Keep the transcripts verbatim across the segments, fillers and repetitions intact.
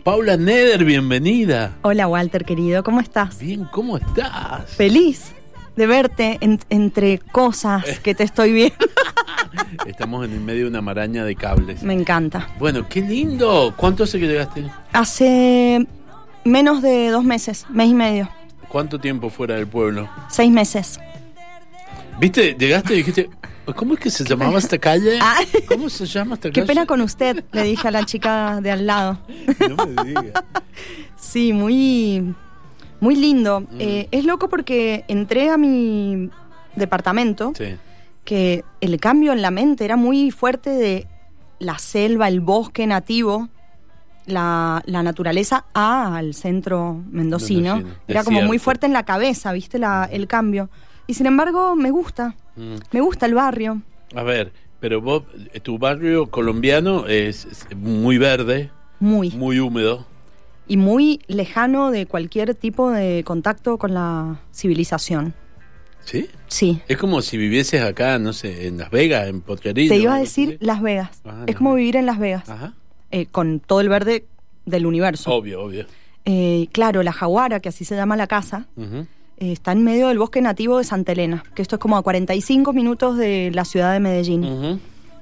Paula Neder, bienvenida. Hola Walter, querido, ¿cómo estás? Bien, ¿cómo estás? Feliz de verte en, entre cosas que te estoy viendo. Estamos en el medio de una maraña de cables. Me encanta. Bueno, qué lindo. ¿Cuánto hace que llegaste? Hace menos de dos meses, mes y medio. ¿Cuánto tiempo fuera del pueblo? Seis meses. ¿Viste? Llegaste y dijiste, ¿cómo es que se llamaba esta calle? Ah. ¿Cómo se llama esta Qué calle? pena con usted, le dije a la chica de al lado. No me digas. Sí, muy, muy lindo. Mm. Eh, es loco porque entré a mi departamento, Sí. que el cambio en la mente era muy fuerte de la selva, el bosque nativo, la, la naturaleza a, al centro mendocino. Mendocino, Era como muy desierto. fuerte en la cabeza, ¿viste? La, el cambio. Y sin embargo, me gusta. Mm. Me gusta el barrio. A ver, pero vos, tu barrio colombiano es, es muy verde, Muy. muy húmedo. Y muy lejano de cualquier tipo de contacto con la civilización. ¿Sí? Sí. Es como si vivieses acá, no sé, en Las Vegas, en Potrerillo. Te iba a algo decir así. Las Vegas. Ajá, Es Las como Vegas. vivir en Las Vegas. Ajá. Eh, con todo el verde del universo. Obvio, obvio. Eh, claro, la Jaguara, que así se llama la casa, Ujú. eh, está en medio del bosque nativo de Santa Elena, que esto es como a cuarenta y cinco minutos de la ciudad de Medellín. Ujú.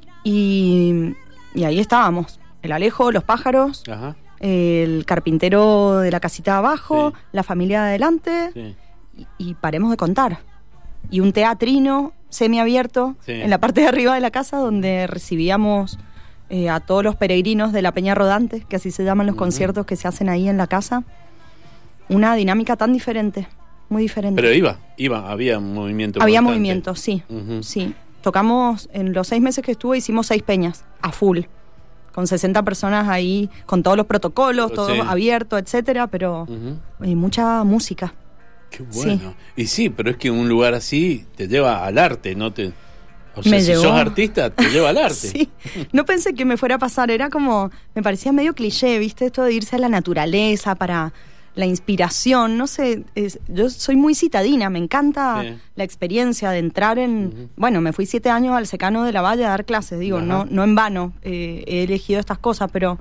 y, y ahí estábamos, el Alejo, los pájaros, Ajá. el carpintero de la casita de abajo, Sí. la familia de adelante, Sí. y, y paremos de contar. Y un teatrino semiabierto Sí. en la parte de arriba de la casa donde recibíamos eh, a todos los peregrinos de la Peña Rodante, que así se llaman los Ujú. conciertos que se hacen ahí en la casa. Una dinámica tan diferente, muy diferente. Pero iba, iba, había un movimiento. Había constante. movimiento, sí, Ujú. sí. Tocamos, en los seis meses que estuve, hicimos seis peñas, a full, con sesenta personas ahí, con todos los protocolos, todo Sí. abierto, etcétera, pero Ujú. eh, mucha música. Qué bueno. Y sí, pero es que un lugar así te lleva al arte, no te... O sea, Me si llevó. sos artista, te lleva al arte. Sí, no pensé que me fuera a pasar, era como, me parecía medio cliché, ¿viste? Esto de irse a la naturaleza para la inspiración, no sé, es- yo soy muy citadina, me encanta Sí. la experiencia de entrar en... Ujú. Bueno, me fui siete años al Secano de la Valle a dar clases, digo, Ajá. no, no en vano eh, he elegido estas cosas, pero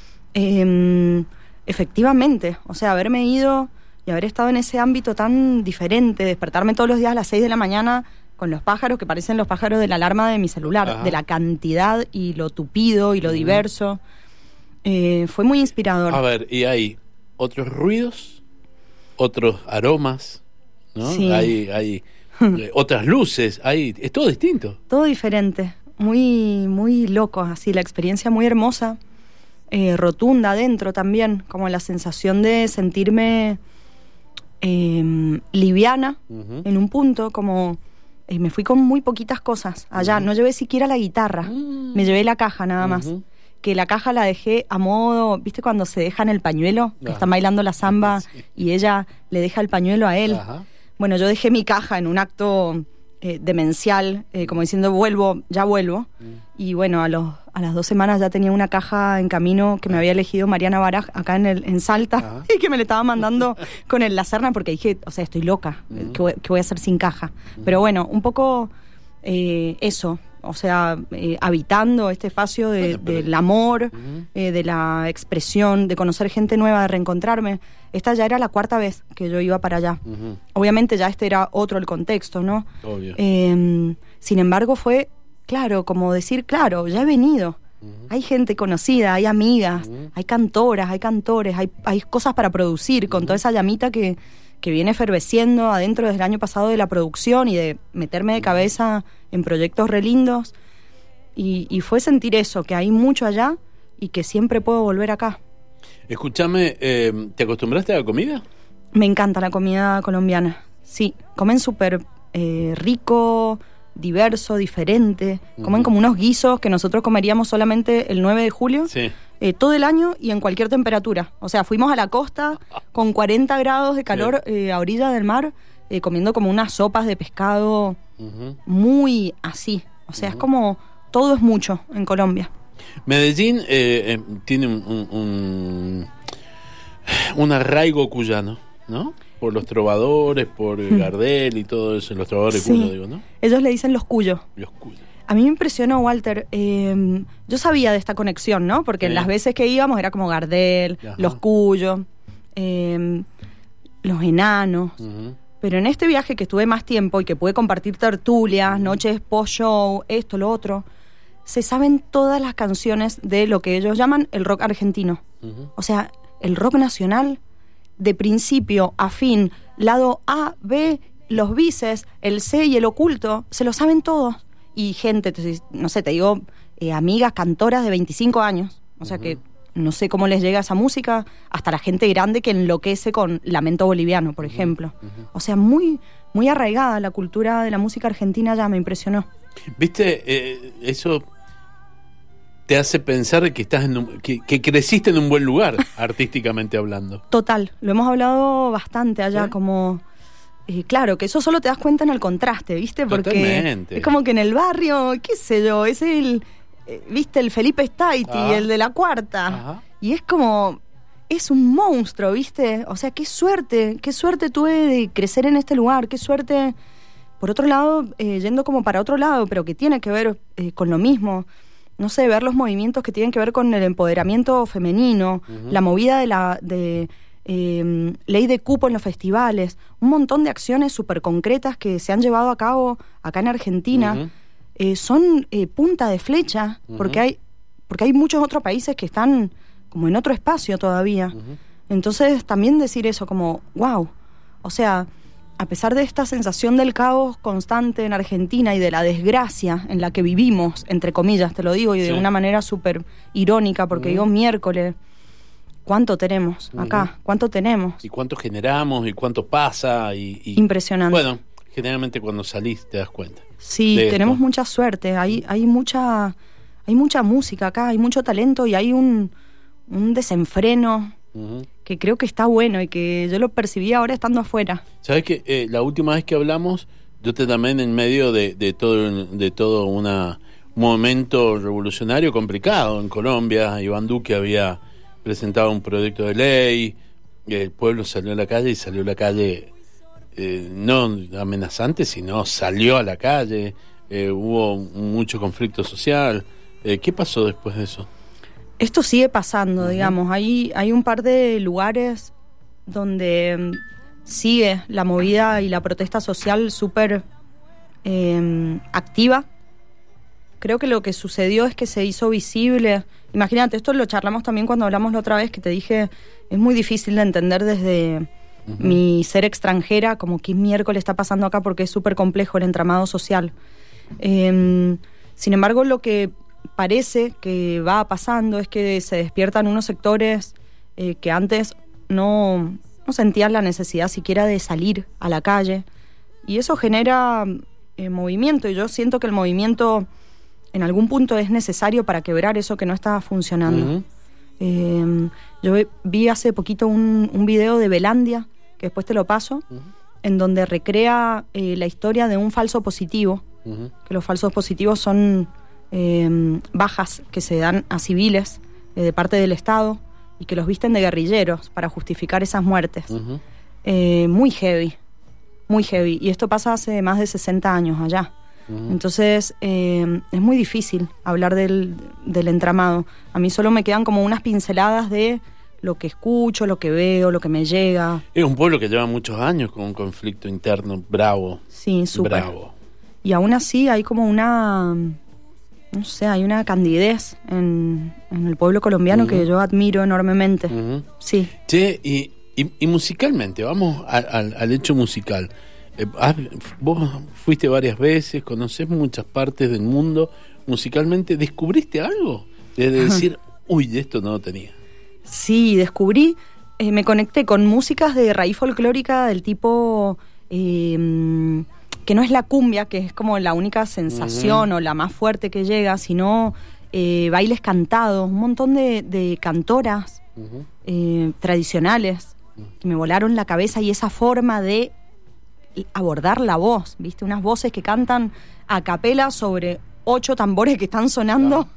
eh, efectivamente, o sea, haberme ido y haber estado en ese ámbito tan diferente, despertarme todos los días a las seis de la mañana con los pájaros que parecen los pájaros de la alarma de mi celular, Ajá. de la cantidad y lo tupido y lo Ujú. diverso. Eh, fue muy inspirador. A ver, y hay otros ruidos, otros aromas, ¿no? Sí. Hay, hay eh, otras luces, hay, es todo distinto. Todo diferente, muy, muy loco, así, la experiencia muy hermosa, eh, rotunda adentro también, como la sensación de sentirme eh, liviana Ujú. en un punto, como eh, me fui con muy poquitas cosas allá, Ujú. no llevé siquiera la guitarra, Mm. me llevé la caja nada más. Ujú. Que la caja la dejé a modo, ¿viste cuando se dejan el pañuelo? Que Ah. están bailando la samba Sí. y ella le deja el pañuelo a él. Ajá. Bueno, yo dejé mi caja en un acto eh, demencial, eh, como diciendo, vuelvo, ya vuelvo. Mm. Y bueno, a, los, a las dos semanas ya tenía una caja en camino que me había elegido Mariana Baraj acá en, el, en Salta Ajá. y que me le estaba mandando con el, la Serna porque dije, o sea, estoy loca, Mm. ¿qué, voy, qué voy a hacer sin caja? Pero bueno, un poco eh, eso, o sea, eh, habitando este espacio de- Bueno, pero- del amor, Ujú. eh, de la expresión, de conocer gente nueva, de reencontrarme. Esta ya era la cuarta vez que yo iba para allá. Ujú. Obviamente ya este era otro el contexto, ¿no? Obvio. Eh, sin embargo fue, claro, como decir, claro, ya he venido. Ujú. Hay gente conocida, hay amigas, Ujú. hay cantoras, hay cantores, hay, hay cosas para producir con toda esa llamita que, que viene efervesciendo adentro desde el año pasado de la producción y de meterme de cabeza en proyectos re lindos. Y, y fue sentir eso, que hay mucho allá y que siempre puedo volver acá. Escúchame, eh, ¿te acostumbraste a la comida? Me encanta la comida colombiana. Sí, comen súper eh, rico, diverso, diferente. Comen Ujú. como unos guisos que nosotros comeríamos solamente el nueve de julio, Sí. eh, todo el año y en cualquier temperatura. O sea, fuimos a la costa con cuarenta grados de calor eh, a orilla del mar, eh, comiendo como unas sopas de pescado Ujú. muy así. O sea, es como todo es mucho en Colombia. Medellín eh, eh, tiene un, un, un, un arraigo cuyano, ¿no? Por los trovadores, por Hmm. Gardel y todo eso, los trovadores Sí. cuyanos, digo, ¿no? Ellos le dicen los cuyos. Los cuyos. A mí me impresionó, Walter. Eh, yo sabía de esta conexión, ¿no? Porque sí. las veces que íbamos era como Gardel, Ajá. Los Cuyos, eh, Los Enanos. Uh-huh. Pero en este viaje que estuve más tiempo y que pude compartir tertulias, uh-huh. noches post-show, esto, lo otro, se saben todas las canciones de lo que ellos llaman el rock argentino. Uh-huh. O sea, el rock nacional, de principio a fin, lado A, B, los bises, el C y el oculto, se lo saben todos. Y gente, no sé, te digo, eh, amigas cantoras de veinticinco años. O sea uh-huh. que no sé cómo les llega esa música, hasta la gente grande que enloquece con Lamento Boliviano, por uh-huh. ejemplo. Uh-huh. O sea, muy, muy arraigada la cultura de la música argentina, ya me impresionó. ¿Viste? Eh, eso te hace pensar que estás en un, que, que creciste en un buen lugar, artísticamente hablando. Total, lo hemos hablado bastante allá, ¿sí? como... Eh, claro, que eso solo te das cuenta en el contraste, ¿viste? Porque Totalmente. Es como que en el barrio, qué sé yo, es el, eh, ¿viste? El Felipe Staiti, ah. el de la Cuarta. Ajá. Y es como, es un monstruo, ¿viste? O sea, qué suerte, qué suerte tuve de crecer en este lugar, qué suerte, por otro lado, eh, yendo como para otro lado, pero que tiene que ver eh, con lo mismo. No sé, ver los movimientos que tienen que ver con el empoderamiento femenino, uh-huh. la movida de la... de Eh, ley de cupo en los festivales, un montón de acciones súper concretas que se han llevado a cabo acá en Argentina, uh-huh. eh, son eh, punta de flecha, uh-huh. porque hay porque hay muchos otros países que están como en otro espacio todavía. Uh-huh. Entonces también decir eso como, wow, o sea, a pesar de esta sensación del caos constante en Argentina y de la desgracia en la que vivimos, entre comillas, te lo digo, y de sí. una manera súper irónica, porque uh-huh. digo miércoles, ¿cuánto tenemos acá? Uh-huh. ¿Cuánto tenemos? ¿Y cuánto generamos? ¿Y cuánto pasa? Y, y... Impresionante. Bueno, generalmente cuando salís te das cuenta. Sí, tenemos esto. Mucha suerte. Hay, hay mucha hay mucha música acá, hay mucho talento y hay un, un desenfreno uh-huh. que creo que está bueno y que yo lo percibí ahora estando afuera. ¿Sabes qué? Eh, la última vez que hablamos, yo te también en medio de, de todo, de todo una, un momento revolucionario complicado en Colombia. Iván Duque había... presentaba un proyecto de ley, el pueblo salió a la calle y salió a la calle eh, no amenazante, sino salió a la calle, eh, hubo mucho conflicto social. Eh, ¿Qué pasó después de eso? Esto sigue pasando, uh-huh. digamos, hay, hay un par de lugares donde um, sigue la movida y la protesta social súper eh, activa. Creo que lo que sucedió es que se hizo visible. Imagínate, esto lo charlamos también cuando hablamos la otra vez, que te dije, es muy difícil de entender desde uh-huh. mi ser extranjera, como qué miércoles está pasando acá, porque es súper complejo el entramado social. Eh, sin embargo, lo que parece que va pasando es que se despiertan unos sectores eh, que antes no, no sentían la necesidad siquiera de salir a la calle. Y eso genera eh, movimiento, y yo siento que el movimiento... en algún punto es necesario para quebrar eso que no está funcionando. Uh-huh. Eh, yo vi hace poquito un, un video de Belandia, que después te lo paso, uh-huh. en donde recrea eh, la historia de un falso positivo, uh-huh. que los falsos positivos son eh, bajas que se dan a civiles eh, de parte del Estado y que los visten de guerrilleros para justificar esas muertes. Uh-huh. Eh, muy heavy, muy heavy. Y esto pasa hace más de sesenta años allá. Uh-huh. Entonces eh, es muy difícil hablar del, del entramado. A mí solo me quedan como unas pinceladas de lo que escucho, lo que veo, lo que me llega. Es un pueblo que lleva muchos años con un conflicto interno bravo. Sí, súper. Bravo. Y aún así hay como una, no sé, hay una candidez en, en el pueblo colombiano uh-huh. que yo admiro enormemente. Uh-huh. Sí. Che, y, y, y musicalmente, vamos a, a, al hecho musical. Eh, vos fuiste varias veces, conocés muchas partes del mundo. Musicalmente, ¿descubriste algo? De decir, uy, de esto no lo tenía. Sí, descubrí, eh, me conecté con músicas de raíz folclórica del tipo, eh, que no es la cumbia, que es como la única sensación uh-huh. o la más fuerte que llega, sino eh, bailes cantados, un montón de, de cantoras uh-huh. eh, tradicionales uh-huh. que me volaron la cabeza, y esa forma de abordar la voz, ¿viste? Unas voces que cantan a capela sobre ocho tambores que están sonando.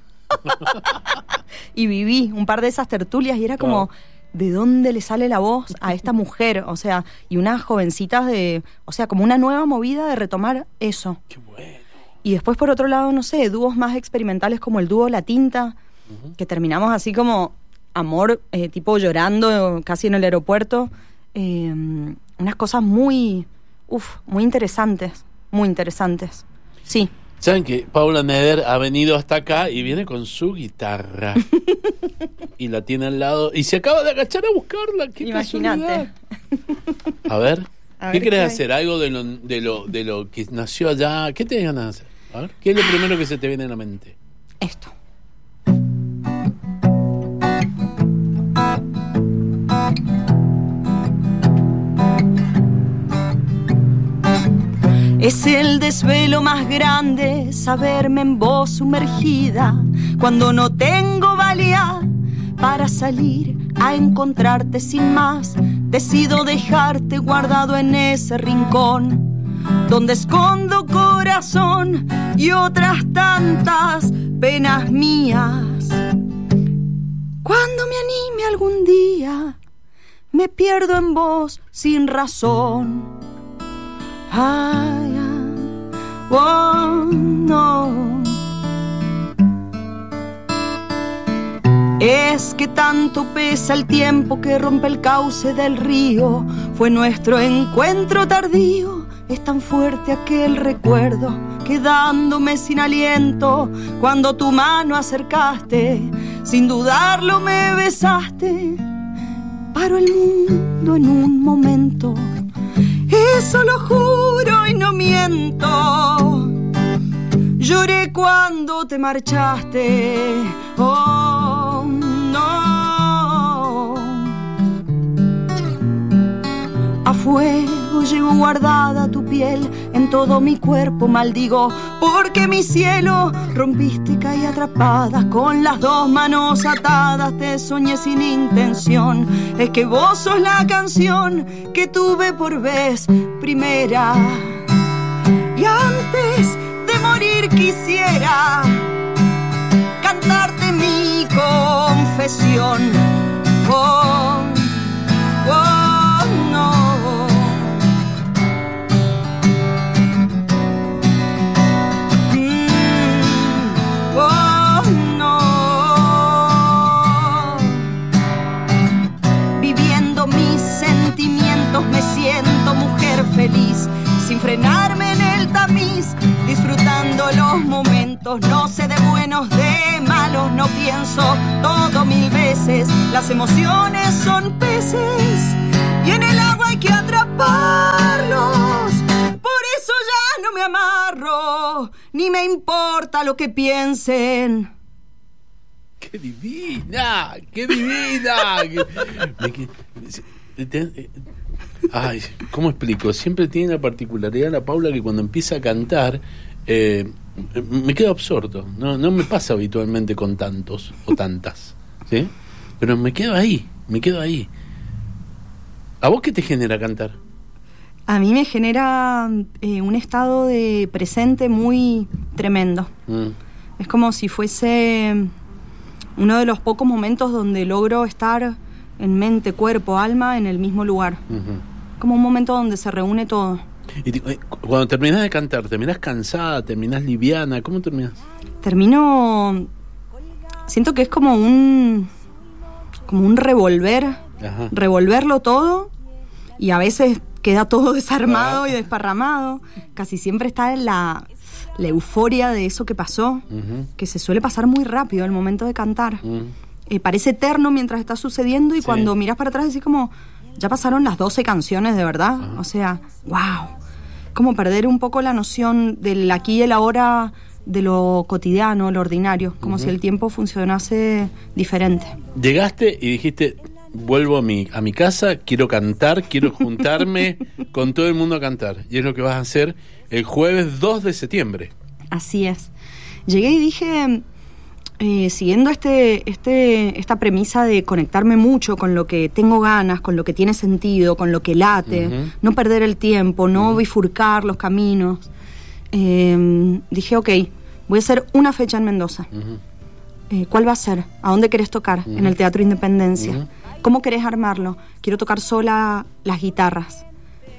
Ah. Y viví un par de esas tertulias y era como, oh. ¿de dónde le sale la voz a esta mujer? O sea, y unas jovencitas de, o sea, como una nueva movida de retomar eso. Qué bueno. Y después, por otro lado, no sé, dúos más experimentales como el dúo La Tinta, uh-huh. que terminamos así como amor, eh, tipo llorando casi en el aeropuerto. Eh, unas cosas muy, uf, muy interesantes, muy interesantes. Sí. ¿Saben que Paula Neder ha venido hasta acá y viene con su guitarra? Y la tiene al lado y se acaba de agachar a buscarla. ¡Qué Imagínate. casualidad! A ver, a ¿qué ver querés qué hacer? ¿Algo de lo, de, lo, de lo que nació allá? ¿Qué tenés ganas de hacer? A ver, ¿qué es lo primero que se te viene a la mente? Esto. Es el desvelo más grande, saberme en vos sumergida, cuando no tengo valía para salir a encontrarte sin más. Decido dejarte guardado en ese rincón, donde escondo corazón y otras tantas penas mías. Cuando me anime algún día, me pierdo en vos sin razón. Ay, ay, oh, no. Es que tanto pesa el tiempo que rompe el cauce del río. Fue nuestro encuentro tardío. Es tan fuerte aquel recuerdo, quedándome sin aliento. Cuando tu mano acercaste, sin dudarlo me besaste. Paro el mundo en un momento. Eso lo juro y no miento. Lloré cuando te marchaste. Oh, no. A fuego llevo guardada tu piel, en todo mi cuerpo maldigo, porque mi cielo rompiste y caí atrapada, con las dos manos atadas te soñé sin intención. Es que vos sos la canción que tuve por vez primera, y antes de morir quisiera cantarte mi confesión. Oh, oh, no. Me siento mujer feliz, sin frenarme en el tamiz, disfrutando los momentos. No sé de buenos, de malos, no pienso todo mil veces. Las emociones son peces y en el agua hay que atraparlos. Por eso ya no me amarro, ni me importa lo que piensen. ¡Qué divina! ¡Qué divina! Ay, ¿cómo explico? Siempre tiene la particularidad la Paula que cuando empieza a cantar eh, me quedo absorto. No, no me pasa habitualmente con tantos o tantas, ¿sí? Pero me quedo ahí, me quedo ahí. ¿A vos qué te genera cantar? A mí me genera eh, un estado de presente muy tremendo. Mm. Es como si fuese uno de los pocos momentos donde logro estar en mente, cuerpo, alma, en el mismo lugar. Uh-huh. Como un momento donde se reúne todo. Y te, cuando terminas de cantar, ¿terminás cansada? ¿Terminás liviana? ¿Cómo terminás? Termino... Siento que es como un... como un revolver. Ajá. Revolverlo todo. Y a veces queda todo desarmado ah. y desparramado. Casi siempre está en la, la euforia de eso que pasó. Uh-huh. Que se suele pasar muy rápido el momento de cantar. Uh-huh. Eh, parece eterno mientras está sucediendo y sí. Cuando miras para atrás decís como, ya pasaron las doce canciones de verdad. Ajá. O sea, wow. Como perder un poco la noción del aquí y el ahora, de lo cotidiano, lo ordinario, como uh-huh. si el tiempo funcionase diferente. Llegaste y dijiste, vuelvo a mi, a mi casa, quiero cantar, quiero juntarme con todo el mundo a cantar. Y es lo que vas a hacer el jueves dos de septiembre. Así es. Llegué y dije... Eh, siguiendo este, este, esta premisa de conectarme mucho con lo que tengo ganas, con lo que tiene sentido, con lo que late, uh-huh. no perder el tiempo, no uh-huh. bifurcar los caminos, eh, dije, ok, voy a hacer una fecha en Mendoza. Uh-huh. Eh, ¿Cuál va a ser? ¿A dónde querés tocar? Uh-huh. En el Teatro Independencia. Uh-huh. ¿Cómo querés armarlo? Quiero tocar sola las guitarras.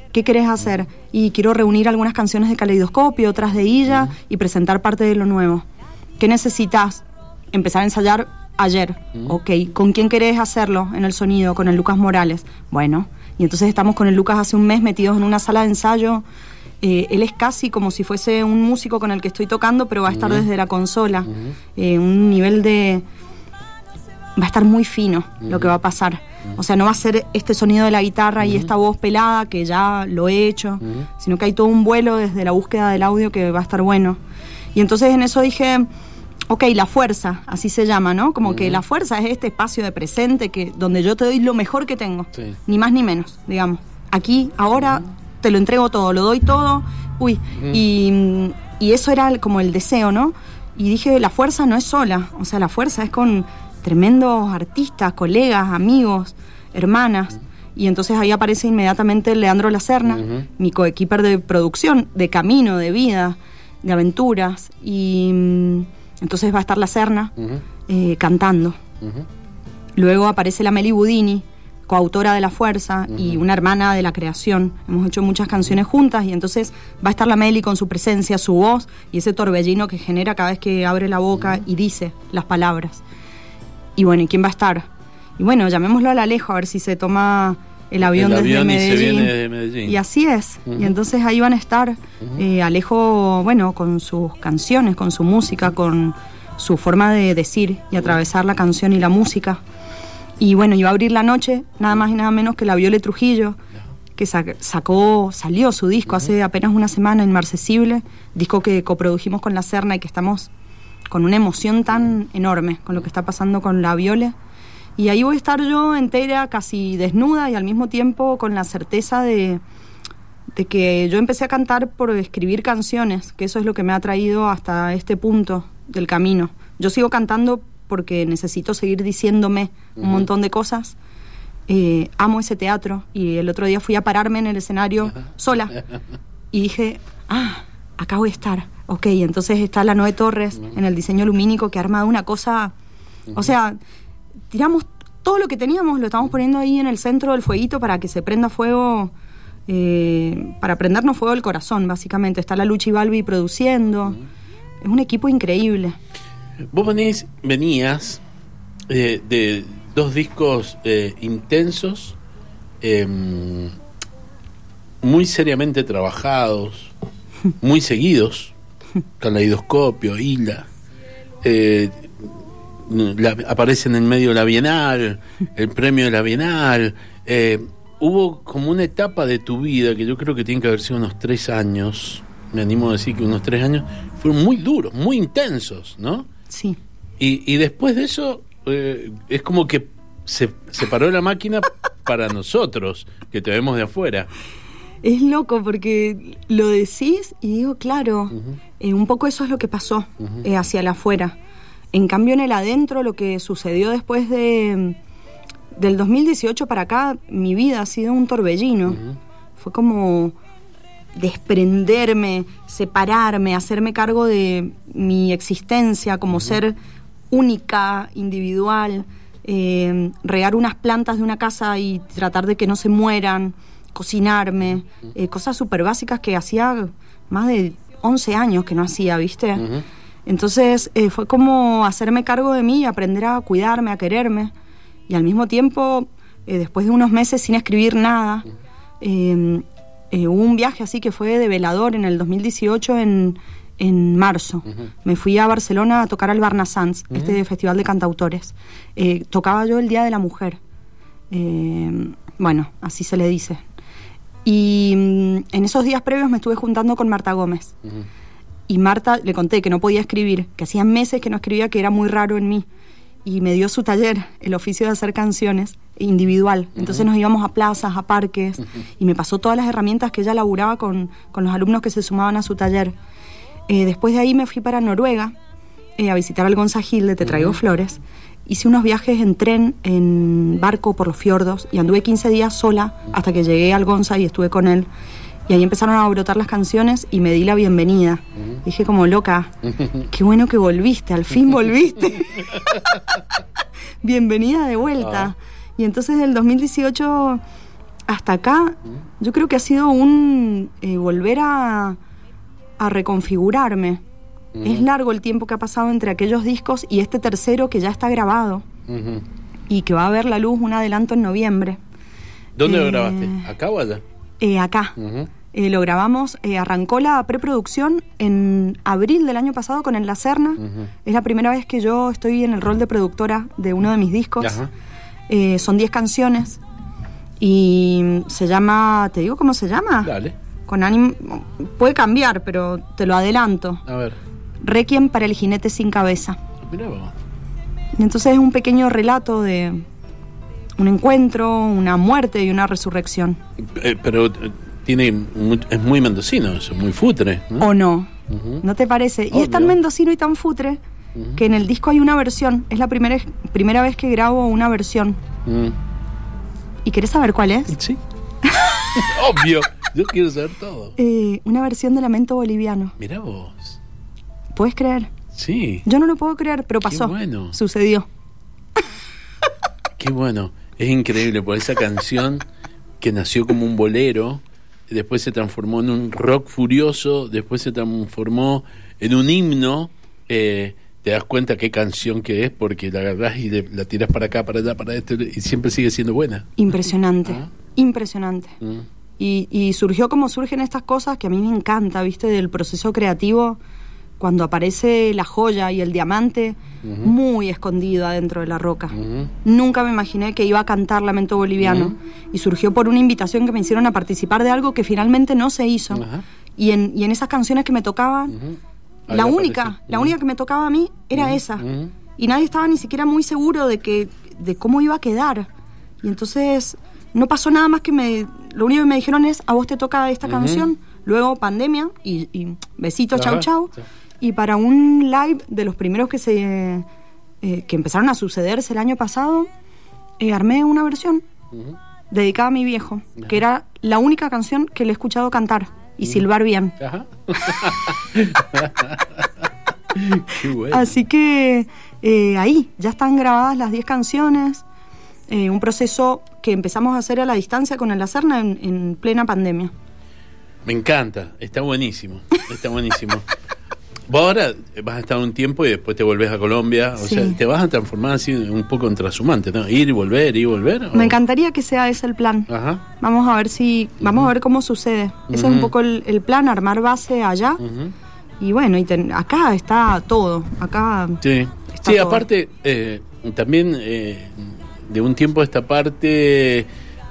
¿qué querés hacer? Y quiero reunir algunas canciones de Caleidoscopio, otras de Illa, uh-huh. y presentar parte de lo nuevo. ¿Qué necesitas? Empezar a ensayar ayer. Uh-huh. Ok, ¿con quién querés hacerlo en el sonido? Con el Lucas Morales. Bueno, y entonces estamos con el Lucas hace un mes metidos en una sala de ensayo. Eh, él es casi como si fuese un músico con el que estoy tocando, pero va a estar uh-huh. desde la consola. Uh-huh. Eh, un nivel de... Va a estar muy fino uh-huh. lo que va a pasar. Uh-huh. O sea, no va a ser este sonido de la guitarra uh-huh. y esta voz pelada, que ya lo he hecho, uh-huh. sino que hay todo un vuelo desde la búsqueda del audio que va a estar bueno. Y entonces en eso dije, ok, la fuerza, así se llama, ¿no? Como uh-huh. que la fuerza es este espacio de presente que, donde yo te doy lo mejor que tengo, sí. ni más ni menos, digamos. Aquí, ahora, uh-huh. te lo entrego todo, lo doy todo, uy, uh-huh. y, y eso era como el deseo, ¿no? Y dije, la fuerza no es sola, o sea, la fuerza es con tremendos artistas, colegas, amigos, hermanas. Uh-huh. Y entonces ahí aparece inmediatamente Leandro Lacerna, uh-huh. mi coequiper de producción, de camino, de vida, de aventuras. Y mm, entonces va a estar Lacerna uh-huh. eh, cantando. Uh-huh. Luego aparece la Meli Budini, coautora de La Fuerza uh-huh. y una hermana de la creación. Hemos hecho muchas canciones juntas y entonces va a estar la Meli con su presencia, su voz y ese torbellino que genera cada vez que abre la boca uh-huh. y dice las palabras. Y bueno, ¿y quién va a estar? Y bueno, llamémoslo al Alejo a ver si se toma el avión, el desde avión Medellín. Y se viene de Medellín. Y así es. Uh-huh. Y entonces ahí van a estar uh-huh. eh, Alejo, bueno, con sus canciones, con su música, con su forma de decir y atravesar la canción y la música. Y bueno, iba a abrir la noche, nada más y nada menos que la Viole Trujillo, que sacó, salió su disco uh-huh. hace apenas una semana, Inmarcesible, disco que coprodujimos con Lacerna y que estamos con una emoción tan enorme con lo que está pasando con la Viole. Y ahí voy a estar yo entera, casi desnuda y al mismo tiempo con la certeza de, de que yo empecé a cantar por escribir canciones, que eso es lo que me ha traído hasta este punto del camino. Yo sigo cantando porque necesito seguir diciéndome uh-huh. un montón de cosas. Eh, amo ese teatro y el otro día fui a pararme en el escenario sola y dije, ah, acá voy a estar. Ok, entonces está la Noé Torres uh-huh. en el diseño lumínico que ha armado una cosa, uh-huh. o sea, tiramos todo lo que teníamos, lo estamos poniendo ahí en el centro del fueguito para que se prenda fuego, eh, para prendernos fuego el corazón, básicamente. Está la Luchi Balbi produciendo, uh-huh. es un equipo increíble. Vos venís, venías eh, de dos discos eh, intensos, eh, muy seriamente trabajados, muy seguidos, Caleidoscopio, Illa, eh, la, aparecen en medio de la Bienal, el premio de la Bienal. Eh, hubo como una etapa de tu vida que yo creo que tiene que haber sido unos tres años, me animo a decir que unos tres años, fueron muy duros, muy intensos, ¿no? Sí. Y, y después de eso, eh, es como que se, se paró la máquina para nosotros, que te vemos de afuera. Es loco porque lo decís y digo, claro, uh-huh. eh, un poco eso es lo que pasó uh-huh. eh, hacia el afuera. En cambio, en el adentro, lo que sucedió después de del dos mil dieciocho para acá, mi vida ha sido un torbellino. Uh-huh. Fue como desprenderme, separarme, hacerme cargo de mi existencia como uh-huh. ser única, individual, eh, regar unas plantas de una casa y tratar de que no se mueran, cocinarme, eh, cosas súper básicas que hacía más de once años que no hacía, ¿viste? Uh-huh. Entonces eh, fue como hacerme cargo de mí, aprender a cuidarme, a quererme, y al mismo tiempo, eh, después de unos meses sin escribir nada, eh, eh, hubo un viaje así que fue de velador en el dos mil dieciocho, en, en marzo. Uh-huh. Me fui a Barcelona a tocar al Barnasants, uh-huh. este festival de cantautores. Eh, tocaba yo el Día de la Mujer. Eh, bueno, así se le dice. Y mm, en esos días previos me estuve juntando con Marta Gómez. Uh-huh. Y Marta, le conté que no podía escribir, que hacía meses que no escribía, que era muy raro en mí. Y me dio su taller, el oficio de hacer canciones, individual. Entonces uh-huh. nos íbamos a plazas, a parques, uh-huh. y me pasó todas las herramientas que ella laburaba con, con los alumnos que se sumaban a su taller. Eh, después de ahí me fui para Noruega eh, a visitar al Gonza Gil de Te Traigo uh-huh. Flores. Hice unos viajes en tren, en barco por los fiordos, y anduve quince días sola hasta que llegué al Gonza y estuve con él. Y ahí empezaron a brotar las canciones y me di la bienvenida. Uh-huh. Dije como, loca, qué bueno que volviste, al fin volviste. Bienvenida de vuelta. Uh-huh. Y entonces el dos mil dieciocho hasta acá, yo creo que ha sido un eh, volver a, a reconfigurarme. Uh-huh. Es largo el tiempo que ha pasado entre aquellos discos y este tercero que ya está grabado. Uh-huh. Y que va a ver la luz, un adelanto en noviembre. ¿Dónde eh, lo grabaste? ¿Acá o allá? Eh, acá. Uh-huh. Eh, lo grabamos, eh, arrancó la preproducción en abril del año pasado con En la Serna. Uh-huh. Es la primera vez que yo estoy en el rol de productora de uno de mis discos. Uh-huh. Eh, son diez canciones y se llama, ¿te digo cómo se llama? Dale. Con ánimo, puede cambiar, pero te lo adelanto. A ver. Requiem para el jinete sin cabeza. Mirá vos. Y entonces es un pequeño relato de un encuentro, una muerte y una resurrección. Eh, pero eh, tiene muy, es muy mendocino eso, muy futre, ¿no? ¿O no? Uh-huh. ¿No te parece? Obvio. Y es tan mendocino y tan futre uh-huh. que en el disco hay una versión. Es la primera, primera vez que grabo una versión. Uh-huh. ¿Y querés saber cuál es? Sí. Obvio. Yo quiero saber todo. Eh, una versión de Lamento Boliviano. Mirá vos. ¿Puedes creer? Sí. Yo no lo puedo creer, pero pasó. Qué bueno. Sucedió. Qué bueno. Es increíble, por esa canción que nació como un bolero, después se transformó en un rock furioso, después se transformó en un himno. Eh, te das cuenta qué canción que es, porque la agarrás y de, la tiras para acá, para allá, para esto, y siempre sigue siendo buena. Impresionante. ¿Ah? Impresionante. Mm. Y, y surgió como surgen estas cosas que a mí me encanta, ¿viste? Del proceso creativo, cuando aparece la joya y el diamante uh-huh. muy escondido adentro de la roca. Uh-huh. Nunca me imaginé que iba a cantar Lamento Boliviano. Uh-huh. Y surgió por una invitación que me hicieron a participar de algo que finalmente no se hizo. Uh-huh. Y, en, y en esas canciones que me tocaban, uh-huh. la única, uh-huh. la única que me tocaba a mí era uh-huh. esa. Uh-huh. Y nadie estaba ni siquiera muy seguro de, que, de cómo iba a quedar. Y entonces no pasó nada más que me... Lo único que me dijeron es, a vos te toca esta uh-huh. canción. Luego pandemia y, y besitos, uh-huh. chau chau. Sí. Y para un live de los primeros que se eh, que empezaron a sucederse el año pasado, eh, armé una versión uh-huh. dedicada a mi viejo, uh-huh. que era la única canción que le he escuchado cantar y uh-huh. silbar bien. Uh-huh. Qué bueno. Así que eh, ahí ya están grabadas las diez canciones, eh, un proceso que empezamos a hacer a la distancia con El Acerna en, en plena pandemia. Me encanta, está buenísimo, está buenísimo. Vos ahora vas a estar un tiempo y después te volvés a Colombia, o sí. sea, te vas a transformar así un poco en transhumante, ¿no? Ir y volver, ir y volver. ¿O? Me encantaría que sea ese el plan. Ajá. Vamos a ver si, vamos uh-huh. a ver cómo sucede. Uh-huh. Ese es un poco el, el plan, armar base allá. Uh-huh. Y bueno, y ten, acá está todo, acá. Sí, sí, todo. Aparte eh, también eh, de un tiempo a esta parte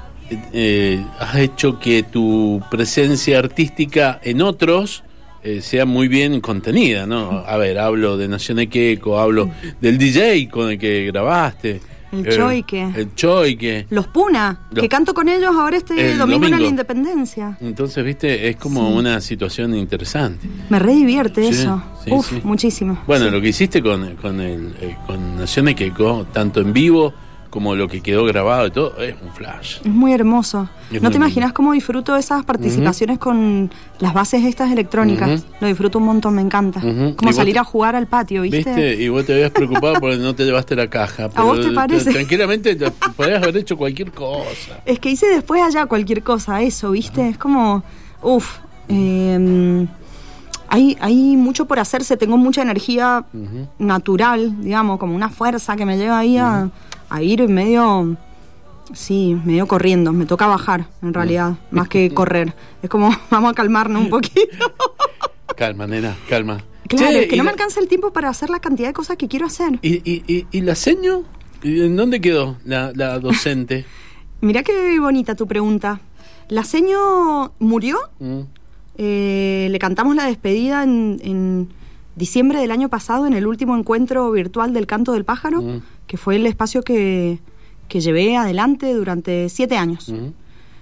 eh, has hecho que tu presencia artística en otros Eh, sea muy bien contenida, ¿no? A ver, hablo de Nación Equeco, hablo del D J con el que grabaste. El eh, Choique. El Choique. Los Puna, los, que canto con ellos ahora este domingo, domingo en la Independencia. Entonces, viste, es como sí. una situación interesante. Me re divierte sí, eso. Sí, Uf, sí. muchísimo. Bueno, sí. lo que hiciste con, con, el, eh, con Nación Equeco, tanto en vivo como lo que quedó grabado y todo, es un flash. Es muy hermoso. Es no muy te imaginas cómo disfruto esas participaciones uh-huh. con las bases estas electrónicas. Uh-huh. Lo disfruto un montón, me encanta. Uh-huh. Como salir te, a jugar al patio, ¿viste? ¿Viste? Y vos te habías preocupado porque no te llevaste la caja. ¿A vos te parece? Tranquilamente podrías haber hecho cualquier cosa. Es que hice después allá cualquier cosa, eso, ¿viste? Uh-huh. Es como, uff, eh, hay, hay mucho por hacerse. Tengo mucha energía uh-huh. natural, digamos, como una fuerza que me lleva ahí uh-huh. a... a ir medio, sí, medio corriendo. Me toca bajar, en realidad, más que correr. Es como, vamos a calmarnos un poquito. Calma, nena, calma. Claro, che, es que no la... me alcanza el tiempo para hacer la cantidad de cosas que quiero hacer. ¿Y, y, y, y la seño? ¿En dónde quedó la, la docente? Mirá qué bonita tu pregunta. La seño murió. Mm. Eh, le cantamos la despedida en... en diciembre del año pasado, en el último encuentro virtual del Canto del Pájaro, uh-huh. que fue el espacio que, que llevé adelante durante siete años. Uh-huh.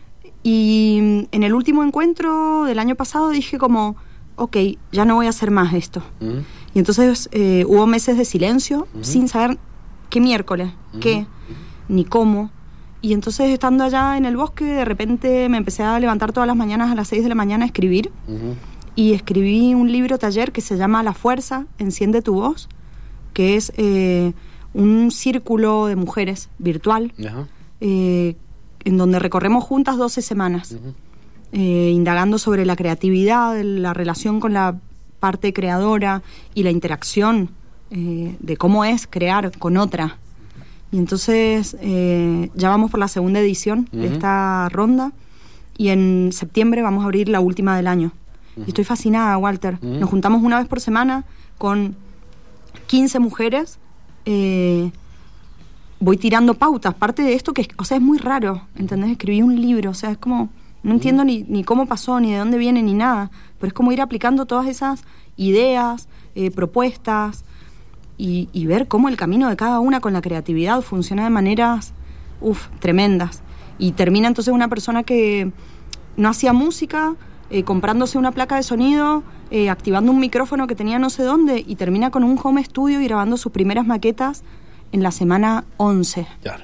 Y en el último encuentro del año pasado dije como, ok, ya no voy a hacer más esto. Uh-huh. Y entonces eh, hubo meses de silencio, uh-huh. sin saber qué miércoles, uh-huh. qué, ni cómo. Y entonces, estando allá en el bosque, de repente me empecé a levantar todas las mañanas a las seis de la mañana a escribir. Uh-huh. Y escribí un libro taller que se llama La Fuerza, Enciende tu Voz, que es eh, un círculo de mujeres virtual, uh-huh. eh, en donde recorremos juntas doce semanas, uh-huh. eh, indagando sobre la creatividad, la relación con la parte creadora y la interacción eh, de cómo es crear con otra. Y entonces eh, ya vamos por la segunda edición uh-huh. de esta ronda, y en septiembre vamos a abrir la última del año. Uh-huh. Y estoy fascinada, Walter. Uh-huh. Nos juntamos una vez por semana con quince mujeres. Eh, voy tirando pautas. Parte de esto que, o sea, es muy raro, ¿entendés? Escribí un libro, o sea, es como... No entiendo ni, ni cómo pasó, ni de dónde viene, ni nada. Pero es como ir aplicando todas esas ideas, eh, propuestas, y, y ver cómo el camino de cada una con la creatividad funciona de maneras, uff, tremendas. Y termina entonces una persona que no hacía música, eh, comprándose una placa de sonido, eh, activando un micrófono que tenía no sé dónde, y termina con un home studio y grabando sus primeras maquetas en la semana once. Claro.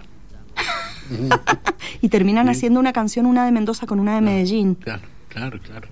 Y terminan sí. haciendo una canción, una de Mendoza con una de claro, Medellín. Claro, claro, claro.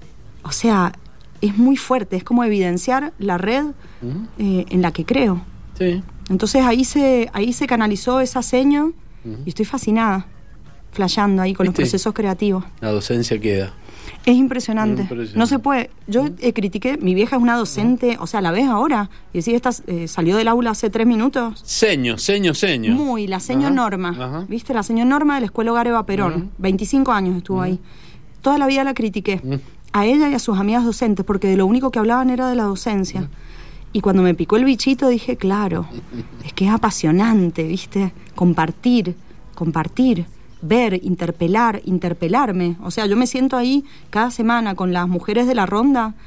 O sea, es muy fuerte, es como evidenciar la red uh-huh. eh, en la que creo. Sí. Entonces ahí se, ahí se canalizó esa seño uh-huh. y estoy fascinada, flasheando ahí con ¿Viste? Los procesos creativos. La docencia queda. Es impresionante. impresionante. No se puede. Yo eh, critiqué, mi vieja es una docente, o sea, la ves ahora, y decís, esta eh, salió del aula hace tres minutos. Seño, seño, seño. Muy, la seño Ajá. Norma. Ajá. ¿Viste? La seño Norma de la Escuela Hogar Eva Perón. Ajá. veinticinco años estuvo Ajá. ahí. Toda la vida la critiqué. Ajá. A ella y a sus amigas docentes, porque de lo único que hablaban era de la docencia. Ajá. Y cuando me picó el bichito dije, claro, es que es apasionante, ¿viste? Compartir, compartir. Ver, interpelar, interpelarme. O sea, yo me siento ahí cada semana con las mujeres de la ronda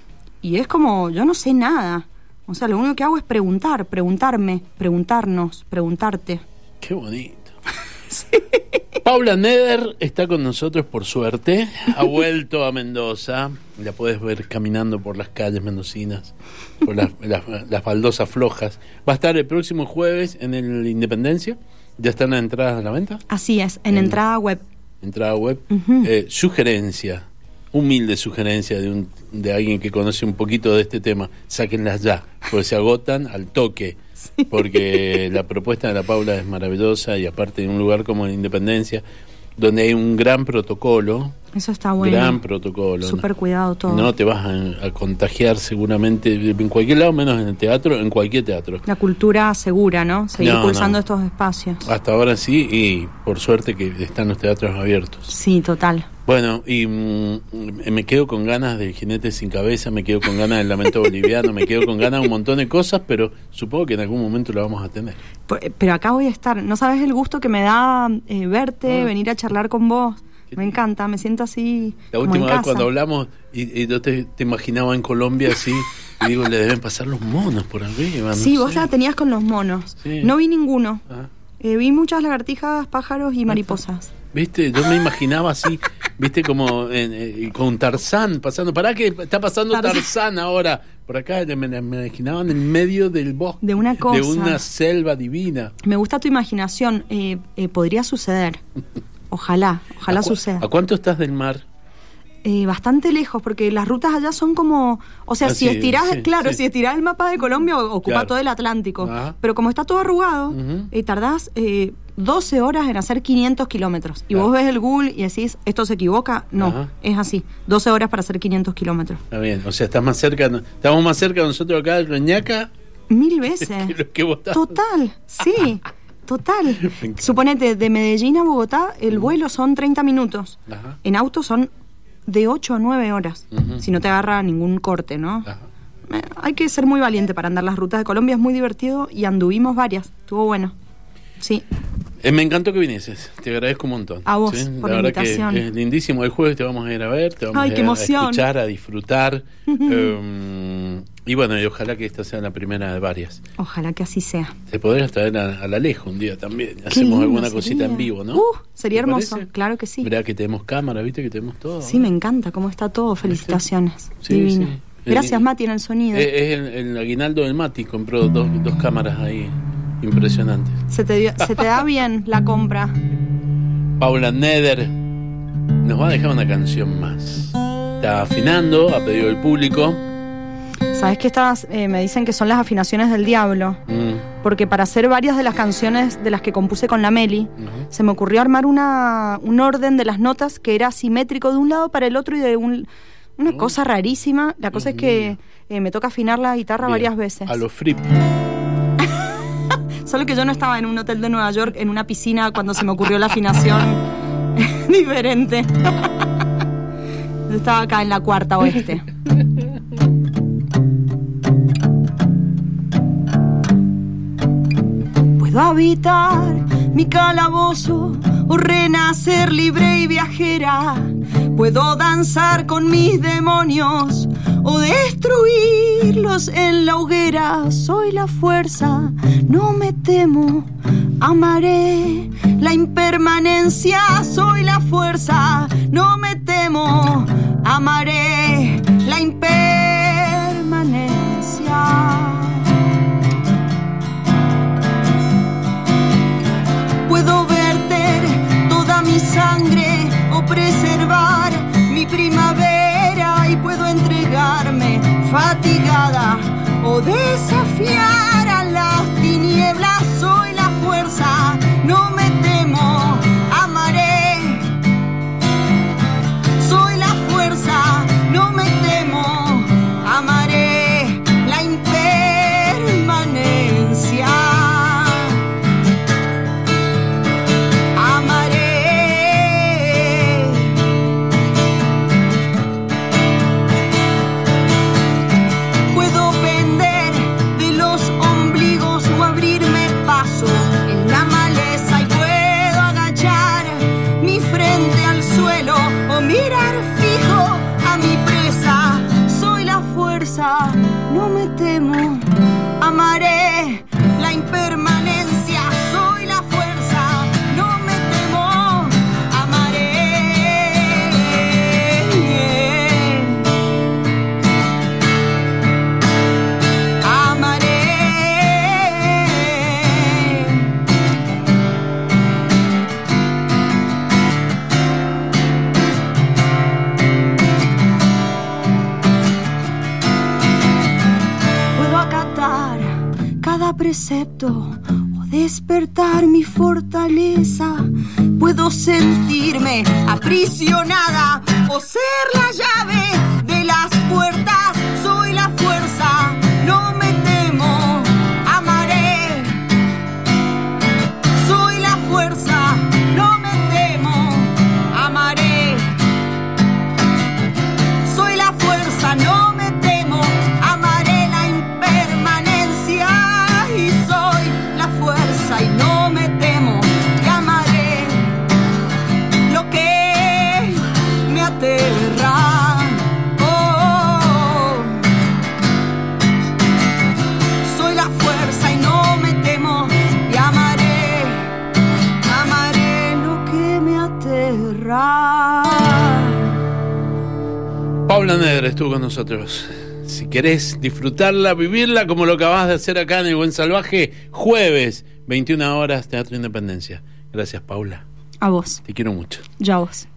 y es como, yo no sé nada. O sea, lo único que hago es preguntar, preguntarme, preguntarnos, preguntarte. Qué bonito. Sí. Paula Neder está con nosotros, por suerte. Ha vuelto a Mendoza. La puedes ver caminando por las calles mendocinas, por las, las, las baldosas flojas. Va a estar el próximo jueves en el Independencia. ¿Ya están las entradas a la venta? Así es, en, en entrada web. Entrada web. Uh-huh. Eh, sugerencia, humilde sugerencia de, un, de alguien que conoce un poquito de este tema. Sáquenlas ya, porque se agotan al toque. Sí. Porque la propuesta de la Paula es maravillosa, y aparte de un lugar como la Independencia, donde hay un gran protocolo. Eso está bueno. Gran protocolo. Súper ¿no? cuidado todo. No te vas a, a contagiar seguramente en cualquier lado, menos en el teatro, en cualquier teatro. La cultura segura, ¿no? Seguir no, pulsando no. estos espacios. Hasta ahora sí, y por suerte que están los teatros abiertos. Sí, total. Bueno, y mm, me quedo con ganas del Jinete sin Cabeza, me quedo con ganas del Lamento Boliviano, me quedo con ganas de un montón de cosas, pero supongo que en algún momento lo vamos a tener. Pero acá voy a estar. No sabes el gusto que me da eh, verte, ah. venir a charlar con vos. Me encanta, me siento así. La como última en vez casa. cuando hablamos, y, y yo te, te imaginaba en Colombia así, y digo, le deben pasar los monos por arriba. No sí, sé. vos la tenías con los monos. Sí. No vi ninguno. Ah. Eh, vi muchas lagartijas, pájaros y mariposas. ¿Viste? Yo me imaginaba así, ¿viste? Como en, eh, con Tarzán pasando. ¿Para qué está pasando Tarzán, Tarzán ahora? Por acá me, me imaginaba en el medio del bosque. De una cosa. De una selva divina. Me gusta tu imaginación. Eh, eh, podría suceder. Ojalá, ojalá ¿A cu- suceda. ¿A cuánto estás del mar? Eh, bastante lejos, porque las rutas allá son como... O sea, Ah, si sí, estirás, sí, claro, sí. si estirás el mapa de Colombia, ocupa Claro. todo el Atlántico. Ajá. Pero como está todo arrugado, Ujú. eh, tardás eh, doce horas en hacer quinientos kilómetros. Y Claro. vos ves el Google y decís, ¿esto se equivoca? No, Ajá. es así. doce horas para hacer quinientos kilómetros. Está bien, o sea, estás más cerca, estamos más cerca nosotros acá de Reñaca Mil veces. que los que vos estás. Total, sí, total. Suponete, de Medellín a Bogotá, el vuelo son treinta minutos. Ajá. En auto son de ocho a nueve horas, Ujú. si no te agarra ningún corte, ¿no? Ajá. Eh, hay que ser muy valiente para andar las rutas de Colombia, es muy divertido y anduvimos varias, estuvo bueno. Sí. Eh, me encantó que vinieses, te agradezco un montón. A vos, ¿sí? por la la verdad invitación. que es lindísimo. El jueves te vamos a ir a ver, te vamos Ay, a, qué ir a emoción. escuchar, a disfrutar. um, y bueno, y ojalá que esta sea la primera de varias. Ojalá que así sea. Te podrías traer a, a la Alejo un día también. Qué Hacemos lindo alguna sería. cosita en vivo, ¿no? Uh, sería ¿Te hermoso, parece? claro que sí. Mirá que tenemos cámara, viste que tenemos todo. Sí, me encanta cómo está todo, felicitaciones. Sí, Divino. sí. Gracias, El- Mati, en el sonido. Eh, Es el, el aguinaldo del Mati, compró dos, dos cámaras ahí impresionantes. Se te, dio- se te da bien la compra. Paula Neder nos va a dejar una canción más. Está afinando a pedido del público. ¿Sabes que estas eh, me dicen que son las afinaciones del diablo? Mm. porque para hacer varias de las canciones de las que compuse con la Meli, uh-huh. se me ocurrió armar una, un orden de las notas que era simétrico de un lado para el otro y de un, una uh-huh. cosa rarísima. La cosa uh-huh. es que eh, me toca afinar la guitarra Bien. varias veces. A los Fripp. Solo que yo no estaba en un hotel de Nueva York, en una piscina, cuando se me ocurrió la afinación diferente. Yo estaba acá en la cuarta oeste. Puedo habitar mi calabozo o renacer libre y viajera. Puedo danzar con mis demonios o destruirlos en la hoguera. Soy la fuerza, no me temo, amaré la impermanencia. Soy la fuerza, no me temo, amaré la impermanencia. Puedo verter toda mi sangre o preservar mi primavera y puedo entregarme fatigada o desafiar a las tinieblas. Soy la fuerza, no me temo, amaré. Soy la fuerza, no me temo, amaré la impermanencia. No me temo, amaré la impermanencia. Soy la fuerza, no me temo, amaré. Amaré. Cada precepto o despertar mi fortaleza. Puedo sentirme aprisionada o ser la llave de las puertas. Soy la fuerza, no me temo, amaré. Soy la fuerza, no me temo, amaré. Soy la fuerza, no me temo, amaré la impermanencia. Y soy la fuerza y no me temo, y amaré lo que me aterra. Oh, soy la fuerza y no me temo, y amaré, amaré lo que me aterra. Paula Nedra estuvo con nosotros. Si querés disfrutarla, vivirla como lo acabas de hacer acá en El Buen Salvaje, jueves, veintiuna horas, Teatro Independencia. Gracias, Paula. A vos. Te quiero mucho. Yo a vos.